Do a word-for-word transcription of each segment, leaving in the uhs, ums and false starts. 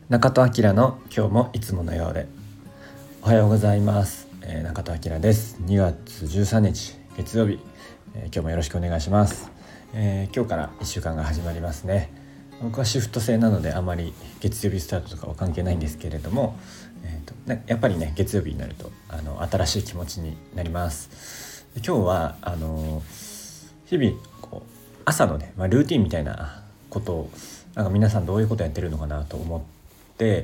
中戸明の今日もいつものようで。おはようございます、えー、中戸明です。にがつじゅうさんにち月曜日、えー、今日もよろしくお願いします、えー、今日からいっしゅうかんが始まりますね。僕はシフト制なのであまり月曜日スタートとかは関係ないんですけれども、えーとね、やっぱりね月曜日になるとあの新しい気持ちになります。で今日はあの日々こう朝のね、まあ、ルーティンみたいなことをなんか皆さんどういうことやってるのかなと思って、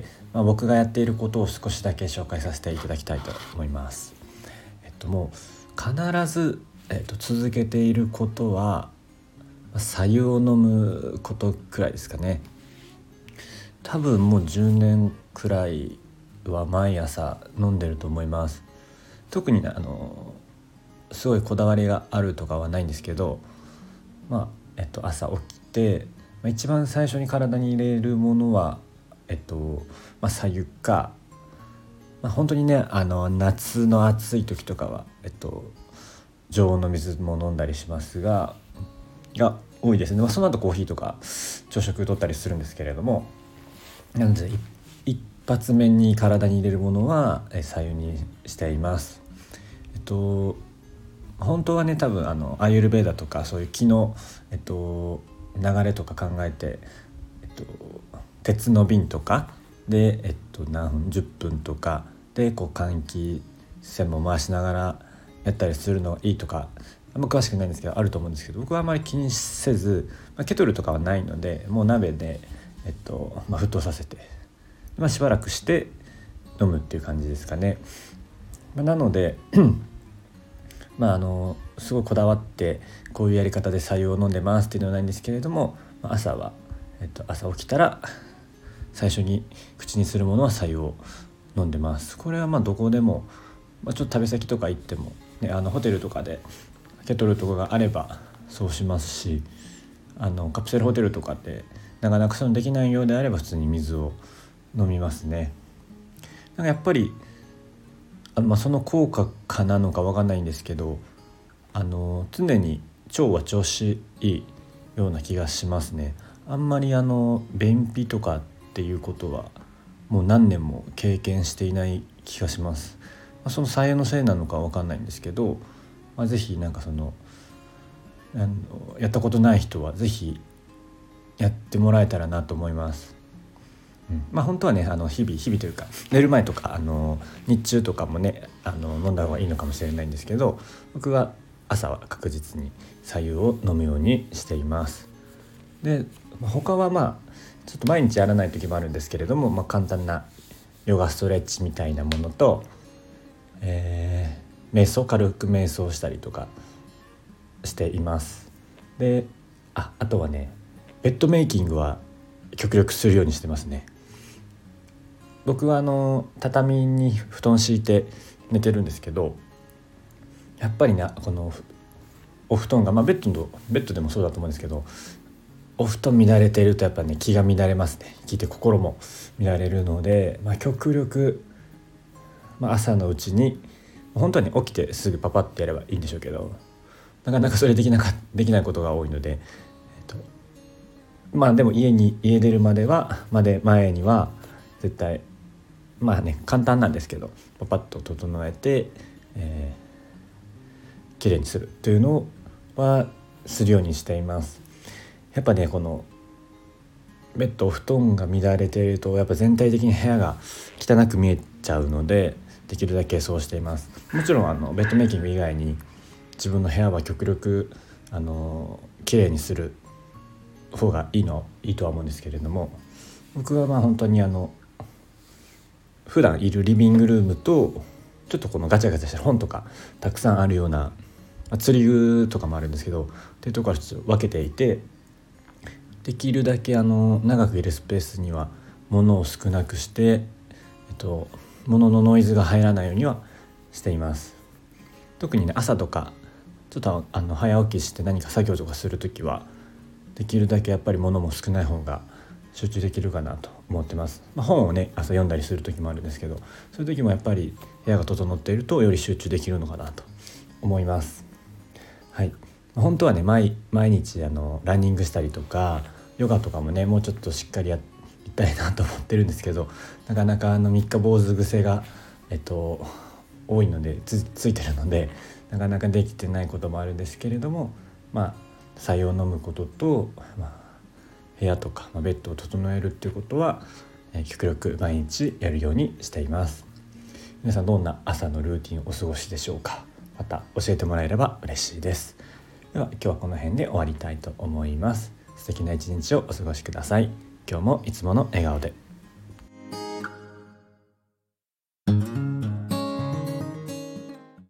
まあ、僕がやっていることを少しだけ紹介させていただきたいと思います。えっともう必ず、えっと、続けていることは白湯を飲むことくらいですかね。多分もうじゅうねんくらいは毎朝飲んでると思います。特にあのすごいこだわりがあるとかはないんですけど、まあえっと、朝起きて、まあ、一番最初に体に入れるものはえっとまあ白湯か、まあ、本当にねあの夏の暑い時とかはえっと常温の水も飲んだりしますがが多いですね。まあ、その後コーヒーとか朝食取ったりするんですけれども、なので一発目に体に入れるものは白湯にしています。えっと本当はね多分あのアーユルヴェーダとかそういう気の、えっと、流れとか考えて、えっと、鉄の瓶とかで、えっと、何分じゅっぷんとかでこう換気扇も回しながらやったりするのがいいとかあんま詳しくないんですけどあると思うんですけど、僕はあまり気にせず、まあ、ケトルとかはないのでもう鍋で、えっとまあ、沸騰させて、まあ、しばらくして飲むっていう感じですかね。まあ、なのでまああのすごいこだわってこういうやり方で白湯を飲んでますっていうのはないんですけれども、朝は、えっと、朝起きたら最初に口にするものは白湯を飲んでます。これはまあどこでも、まあ、ちょっと食べ先とか行っても、ね、あのホテルとかでケトルとかがあればそうしますし、あのカプセルホテルとかってなかなかそういうのできないようであれば普通に水を飲みますね。なんかやっぱりあ、まあ、その効果かなのか分かんないんですけど、あの常に腸は調子いいような気がしますね。あんまりあの便秘とかっていうことはもう何年も経験していない気がします。まあ、その白湯のせいなのか分かんないんですけど、まあ、ぜひなんかそのあのやったことない人はぜひやってもらえたらなと思います。うん、まあ本当はねあの日々日々というか寝る前とかあの日中とかもねあの飲んだ方がいいのかもしれないんですけど、僕は朝は確実に白湯を飲むようにしています。で他はまあちょっと毎日やらない時もあるんですけれども、まあ、簡単なヨガストレッチみたいなものと、えー、瞑想軽く瞑想したりとかしています。で あ, あとはねベッドメイキングは極力するようにしてますね。僕はあの畳に布団敷いて寝てるんですけど、やっぱりねこのお布団が、まあ、ベッドのベッドでもそうだと思うんですけど、お布団乱れているとやっぱね気が乱れますね。聞いて心も乱れるので、まあ、極力、まあ、朝のうちに本当はね起きてすぐパパッとやればいいんでしょうけど、なかなかそれできなかできないことが多いので、えっと、まあでも家に家出るまではまで前には絶対まあね簡単なんですけどパパッと整えて、えー、きれいにするというのはするようにしています。やっぱねこのベッドお布団が乱れているとやっぱ全体的に部屋が汚く見えちゃうので、できるだけそうしています。もちろんあのベッドメイキング以外に自分の部屋は極力あのきれいにする方がいいのいいとは思うんですけれども、僕はまあ本当にあの普段いるリビングルームとちょっとこのガチャガチャした本とかたくさんあるような、まあ、釣り具とかもあるんですけどっていうところからちょっと分けていて、できるだけあの長くいるスペースには物を少なくして、えっと、物のノイズが入らないようにはしています。特にね朝とかちょっとあの早起きして何か作業とかするときはできるだけやっぱり物も少ない方が集中できるかなと思ってます。まあ、本をね朝読んだりする時もあるんですけど、そういう時もやっぱり部屋が整っているとより集中できるのかなと思います。はい、本当はね 毎, 毎日あのランニングしたりとかヨガとかもねもうちょっとしっかり や, いたいなと思ってるんですけど、なかなかあの三日坊主癖が、えっと、多いので つ, ついてるのでなかなかできてないこともあるんですけれども、まあ白湯を飲むことと、まあ、部屋とか、まあ、ベッドを整えるっていうことは、えー、極力毎日やるようにしています。皆さんどんな朝のルーティンをお過ごしでしょうか。また教えてもらえれば嬉しいです。では今日はこの辺で終わりたいと思います。素敵な一日をお過ごしください。今日もいつもの笑顔で。